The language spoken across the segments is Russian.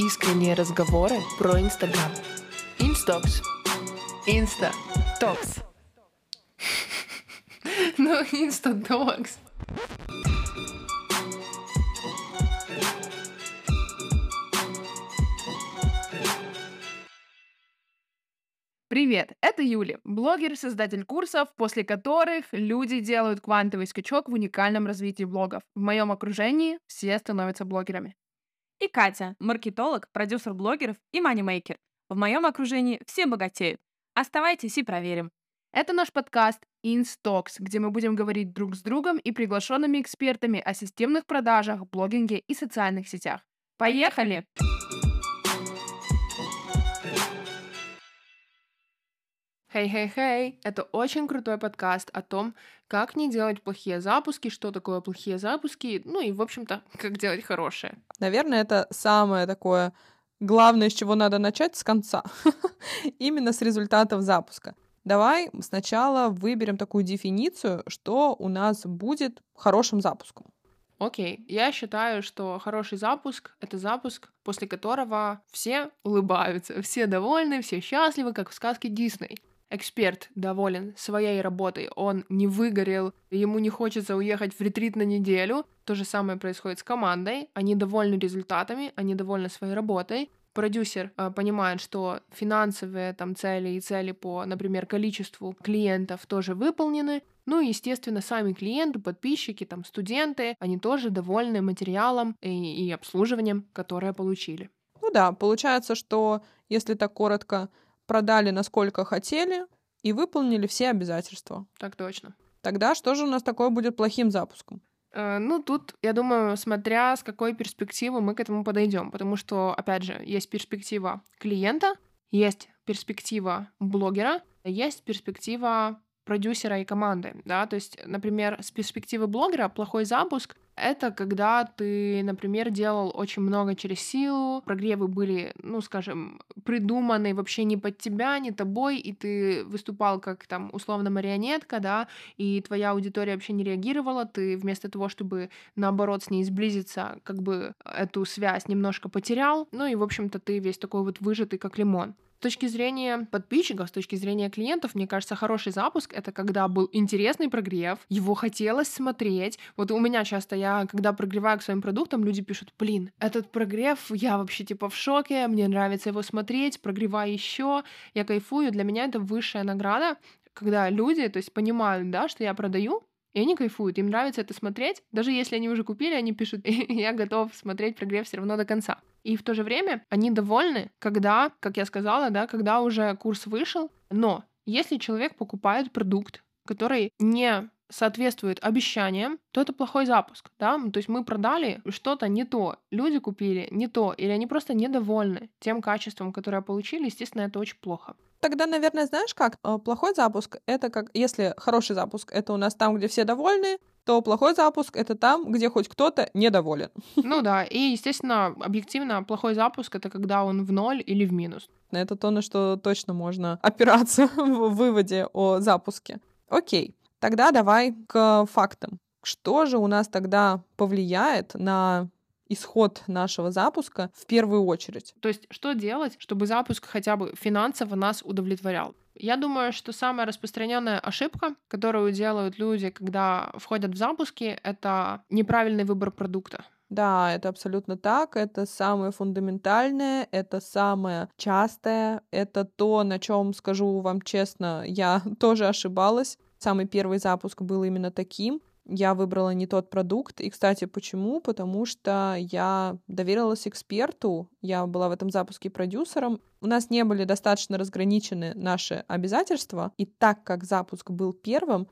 Искренние разговоры про Инстаграм. Инстокс. Инста-токс. Ну, Инста-токс. Привет, это Юля, блогер и создатель курсов, после которых люди делают квантовый скачок в уникальном развитии блогов. В моем окружении все становятся блогерами. И Катя, маркетолог, продюсер блогеров и манимейкер. В моем окружении все богатеют. Оставайтесь и проверим. Это наш подкаст Инстокс, где мы будем говорить друг с другом и приглашенными экспертами о системных продажах, блогинге и социальных сетях. Поехали! Хей-хей-хей! Это очень крутой подкаст о том, как не делать плохие запуски, что такое плохие запуски, ну и, в общем-то, как делать хорошие. Наверное, это самое такое главное, с чего надо начать, с конца. Именно с результатов запуска. Давай сначала выберем такую дефиницию, что у нас будет хорошим запуском. Окей, я считаю, что хороший запуск — это запуск, после которого все улыбаются, все довольны, все счастливы, как в сказке Дисней. Эксперт доволен своей работой, он не выгорел, ему не хочется уехать в ретрит на неделю. То же самое происходит с командой, они довольны результатами, они довольны своей работой. Продюсер понимает, что финансовые цели и цели по, например, количеству клиентов тоже выполнены. Ну и, естественно, сами клиенты, подписчики, студенты, они тоже довольны материалом и обслуживанием, которое получили. Ну да, получается, что, если так коротко, продали насколько хотели и выполнили все обязательства. Так точно. Тогда что же у нас такое будет плохим запуском? Тут, я думаю, смотря с какой перспективы мы к этому подойдем, потому что, опять же, есть перспектива клиента, есть перспектива блогера, есть перспектива продюсера и команды, да, то есть, например, с перспективы блогера плохой запуск — это когда ты, например, делал очень много через силу, прогревы были, скажем, придуманы вообще не под тебя, не тобой, и ты выступал как условно марионетка, да, и твоя аудитория вообще не реагировала, ты вместо того, чтобы наоборот с ней сблизиться, как бы эту связь немножко потерял, и, в общем-то, ты весь такой вот выжатый, как лимон. С точки зрения подписчиков, с точки зрения клиентов, мне кажется, хороший запуск — это когда был интересный прогрев, его хотелось смотреть. Вот у меня часто, когда прогреваю к своим продуктам, люди пишут: блин, этот прогрев, я вообще в шоке, мне нравится его смотреть, прогревай еще, я кайфую. Для меня это высшая награда, когда люди, то есть, понимают, да, что я продаю, и они кайфуют, им нравится это смотреть. Даже если они уже купили, они пишут: я готов смотреть прогрев все равно до конца. И в то же время они довольны, когда, как я сказала, да, когда уже курс вышел. Но если человек покупает продукт, который не соответствует обещаниям, то это плохой запуск, да? То есть мы продали что-то не то, люди купили не то, или они просто недовольны тем качеством, которое получили, естественно, это очень плохо. Тогда, наверное, знаешь как? Плохой запуск — это как... Если хороший запуск — это у нас там, где все довольны, то плохой запуск — это там, где хоть кто-то недоволен. Ну да, и, естественно, объективно, плохой запуск — это когда он в ноль или в минус. Это то, на что точно можно опираться в выводе о запуске. Окей, тогда давай к фактам. Что же у нас тогда повлияет на исход нашего запуска в первую очередь? То есть что делать, чтобы запуск хотя бы финансово нас удовлетворял? Я думаю, что самая распространенная ошибка, которую делают люди, когда входят в запуски, это неправильный выбор продукта. Да, это абсолютно так. Это самое фундаментальное, это самое частое, это то, на чем, скажу вам честно, я тоже ошибалась. Самый первый запуск был именно таким. Я выбрала не тот продукт. И, кстати, почему? Потому что я доверилась эксперту, я была в этом запуске продюсером. У нас не были достаточно разграничены наши обязательства, и так как запуск был первым,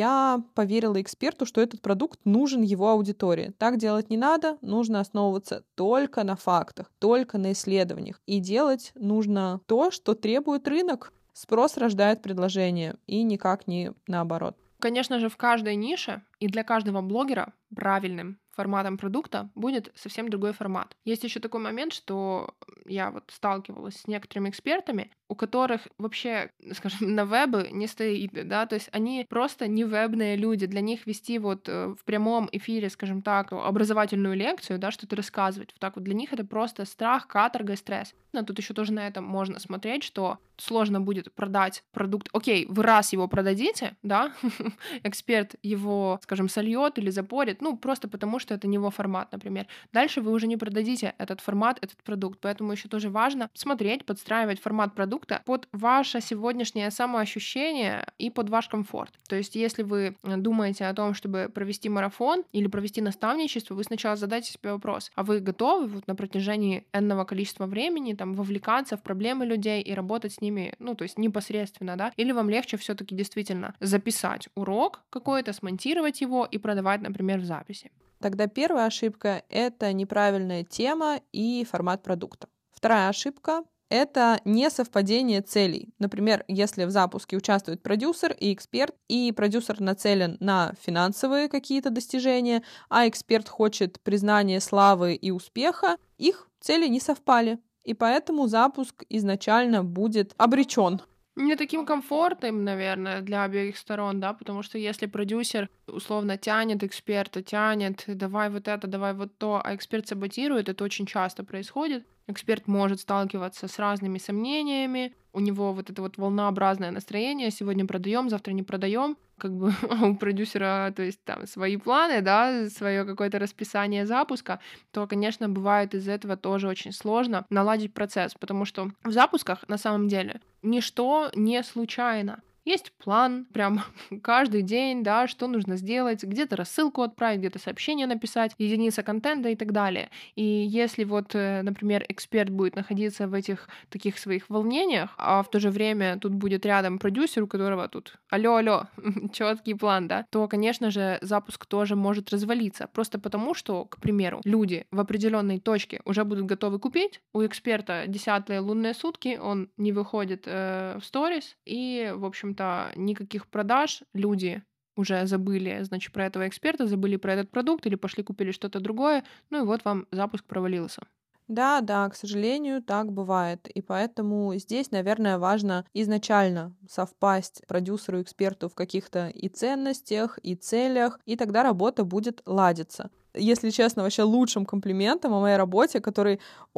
я поверила эксперту, что этот продукт нужен его аудитории. Так делать не надо, нужно основываться только на фактах, только на исследованиях. И делать нужно то, что требует рынок. Спрос рождает предложение, и никак не наоборот. Конечно же, в каждой нише и для каждого блогера правильным форматом продукта будет совсем другой формат. Есть еще такой момент, что я сталкивалась с некоторыми экспертами, у которых вообще, скажем, на вебе не стоит, да, то есть они просто не вебные люди. Для них вести вот в прямом эфире, скажем так, образовательную лекцию, да, что-то рассказывать, вот так вот, для них это просто страх, каторга и стресс. Но тут еще тоже на этом можно смотреть, что сложно будет продать продукт. Окей, вы раз его продадите, да, эксперт его, скажем, сольет или запорит, ну, просто потому, что это не его формат, например. Дальше вы уже не продадите этот формат, этот продукт, поэтому еще тоже важно смотреть, подстраивать формат продукта под ваше сегодняшнее самоощущение и под ваш комфорт. То есть, если вы думаете о том, чтобы провести марафон или провести наставничество, вы сначала задайте себе вопрос, а вы готовы вот на протяжении энного количества времени там вовлекаться в проблемы людей и работать с ними, ну, то есть непосредственно, да, или вам легче все-таки действительно записать урок какой-то, смонтировать его и продавать, например, в записи. Тогда первая ошибка — это неправильная тема и формат продукта. Вторая ошибка — это несовпадение целей. Например, если в запуске участвует продюсер и эксперт, и продюсер нацелен на финансовые какие-то достижения, а эксперт хочет признания, славы и успеха, их цели не совпали. И поэтому запуск изначально будет обречен. Не таким комфортным, наверное, для обеих сторон, да, потому что если продюсер условно тянет эксперта, тянет, давай вот это, давай вот то, а эксперт саботирует, это очень часто происходит. Эксперт может сталкиваться с разными сомнениями, у него вот это вот волнообразное настроение, сегодня продаем, завтра не продаем, как бы у продюсера, то есть там свои планы, да, свое какое-то расписание запуска, то, конечно, бывает из-за этого тоже очень сложно наладить процесс, потому что в запусках на самом деле ничто не случайно. Есть план, прям каждый день, да, что нужно сделать, где-то рассылку отправить, где-то сообщение написать, единица контента и так далее. И если вот, например, эксперт будет находиться в этих таких своих волнениях, а в то же время тут будет рядом продюсер, у которого тут алло, четкий план, да, то, конечно же, запуск тоже может развалиться. Просто потому, что, к примеру, люди в определенной точке уже будут готовы купить, у эксперта 10-е лунные сутки, он не выходит в сторис, и, в общем, никаких продаж, люди уже забыли, значит, про этого эксперта, забыли про этот продукт или пошли купили что-то другое, ну и вот вам запуск провалился. Да, к сожалению, так бывает. И поэтому здесь, наверное, важно изначально совпасть продюсеру и эксперту в каких-то и ценностях, и целях, и тогда работа будет ладиться. Если честно, вообще лучшим комплиментом о моей работе, который,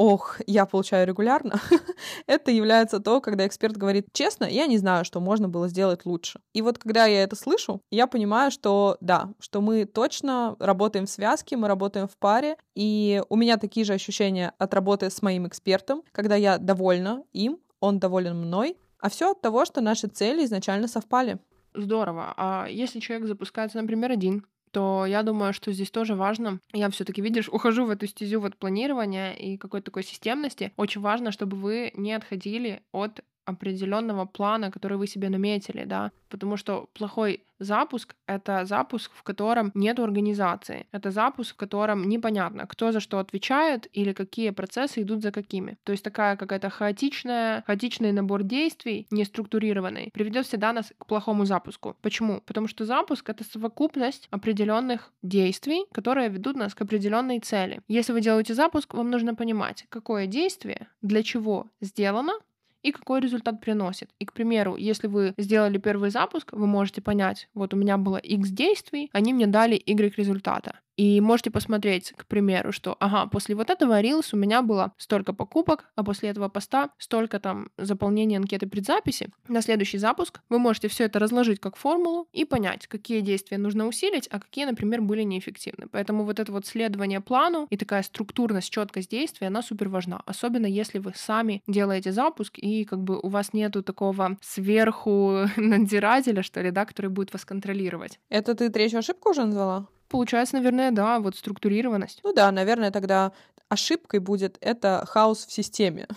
я получаю регулярно, это является то, когда эксперт говорит: честно, я не знаю, что можно было сделать лучше. И вот когда я это слышу, я понимаю, что да, что мы точно работаем в связке, мы работаем в паре, и у меня такие же ощущения от работы с моим экспертом, когда я довольна им, он доволен мной, а все от того, что наши цели изначально совпали. Здорово. А если человек запускается, например, один, то я думаю, что здесь тоже важно. Я все-таки, видишь, ухожу в эту стезю вот планирования и какой-то такой системности. Очень важно, чтобы вы не отходили от определенного плана, который вы себе наметили, да, потому что плохой запуск — это запуск, в котором нет организации, это запуск, в котором непонятно, кто за что отвечает или какие процессы идут за какими. То есть такая какая-то хаотичный набор действий, неструктурированный, приведет всегда нас к плохому запуску. Почему? Потому что запуск — это совокупность определенных действий, которые ведут нас к определенной цели. Если вы делаете запуск, вам нужно понимать, какое действие, для чего сделано, и какой результат приносит. И, к примеру, если вы сделали первый запуск, вы можете понять, вот у меня было X действий, они мне дали Y результата. И можете посмотреть, к примеру, что, после вот этого Reels у меня было столько покупок, а после этого поста столько там заполнения анкеты предзаписи. На следующий запуск вы можете все это разложить как формулу и понять, какие действия нужно усилить, а какие, например, были неэффективны. Поэтому вот это вот следование плану и такая структурность, четкость действия, она супер важна. Особенно если вы сами делаете запуск и как бы у вас нету такого сверху надзирателя, что ли, да, который будет вас контролировать. Это ты третью ошибку уже назвала? Получается, наверное, да, вот структурированность. Ну да, наверное, тогда ошибкой будет это хаос в системе.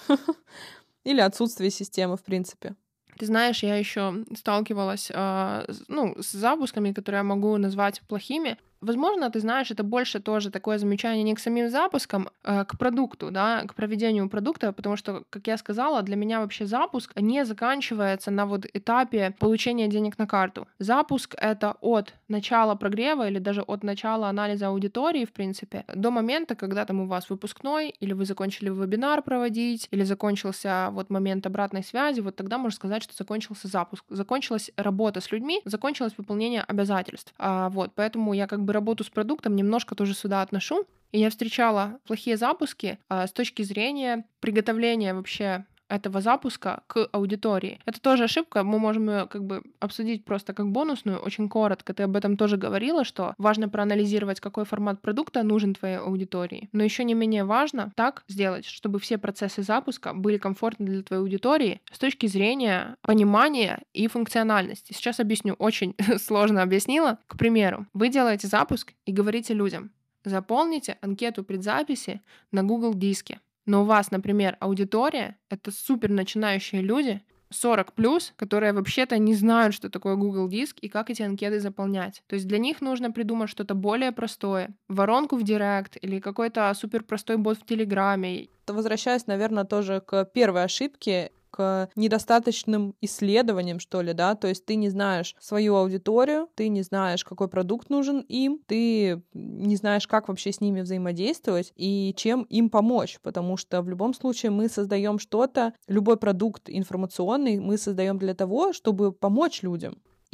Или отсутствие системы, в принципе. Ты знаешь, я еще сталкивалась с запусками, которые я могу назвать плохими. Возможно, ты знаешь, это больше тоже такое замечание не к самим запускам, а к продукту, да, к проведению продукта, потому что, как я сказала, для меня вообще запуск не заканчивается на вот этапе получения денег на карту. Запуск — это от начала прогрева или даже от начала анализа аудитории, в принципе, до момента, когда там у вас выпускной, или вы закончили вебинар проводить, или закончился вот момент обратной связи, вот тогда можно сказать, что закончился запуск, закончилась работа с людьми, закончилось выполнение обязательств. Вот, поэтому я как бы работу с продуктом немножко тоже сюда отношу. И я встречала плохие запуски с точки зрения приготовления вообще этого запуска к аудитории. Это тоже ошибка, мы можем ее как бы обсудить просто как бонусную, очень коротко. Ты об этом тоже говорила, что важно проанализировать, какой формат продукта нужен твоей аудитории. Но еще не менее важно так сделать, чтобы все процессы запуска были комфортны для твоей аудитории с точки зрения понимания и функциональности. Сейчас объясню, очень сложно объяснила. К примеру, вы делаете запуск и говорите людям: заполните анкету предзаписи на Google Диске. Но у вас, например, аудитория — это супер начинающие люди, 40+, которые вообще-то не знают, что такое Google Диск и как эти анкеты заполнять. То есть для них нужно придумать что-то более простое. Воронку в Директ или какой-то супер простой бот в Телеграме. Возвращаясь, наверное, тоже к первой ошибке, к недостаточным исследованиям, что ли, да, то есть ты не знаешь свою аудиторию, ты не знаешь, какой продукт нужен им, ты не знаешь, как вообще с ними взаимодействовать и чем им помочь, потому что в любом случае мы создаем что-то, любой продукт информационный мы создаем для того, чтобы помочь людям.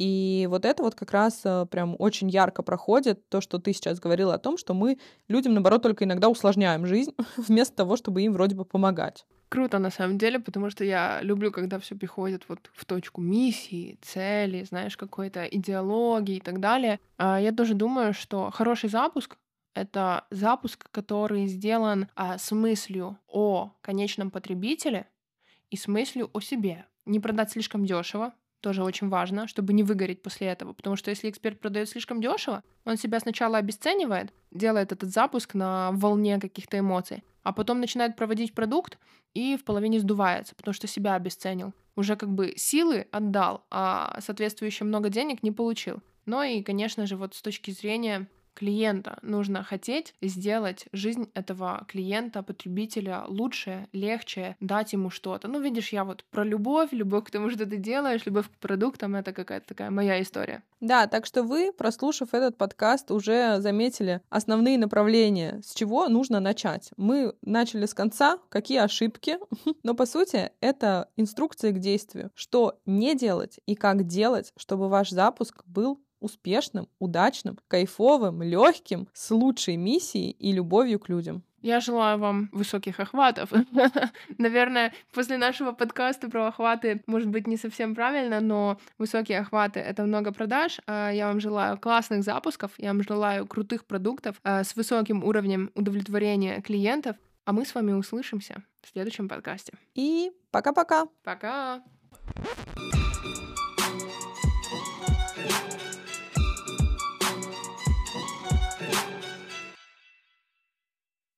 И вот это вот как раз прям очень ярко проходит, то, что ты сейчас говорила о том, что мы людям, наоборот, только иногда усложняем жизнь, вместо того, чтобы им вроде бы помогать. Круто, на самом деле, потому что я люблю, когда все приходит вот в точку миссии, цели, знаешь, какой-то идеологии и так далее. Я тоже думаю, что хороший запуск — это запуск, который сделан с мыслью о конечном потребителе и с мыслью о себе. Не продать слишком дешево, тоже очень важно, чтобы не выгореть после этого. Потому что если эксперт продает слишком дешево, он себя сначала обесценивает, делает этот запуск на волне каких-то эмоций, а потом начинает проводить продукт и в половине сдувается, потому что себя обесценил. Уже как бы силы отдал, а соответствующе много денег не получил. Ну и, конечно же, вот с точки зрения клиента нужно хотеть сделать жизнь этого клиента, потребителя лучше, легче, дать ему что-то. Ну, видишь, я вот про любовь к тому, что ты делаешь, любовь к продуктам — это какая-то такая моя история. Да, так что вы, прослушав этот подкаст, уже заметили основные направления, с чего нужно начать. Мы начали с конца, какие ошибки, но по сути это инструкция к действию, что не делать и как делать, чтобы ваш запуск был успешным, удачным, кайфовым, легким, с лучшей миссией и любовью к людям. Я желаю вам высоких охватов. Наверное, после нашего подкаста про охваты, может быть, не совсем правильно, но высокие охваты — это много продаж. Я вам желаю классных запусков, я вам желаю крутых продуктов с высоким уровнем удовлетворения клиентов. А мы с вами услышимся в следующем подкасте. И пока-пока! Пока!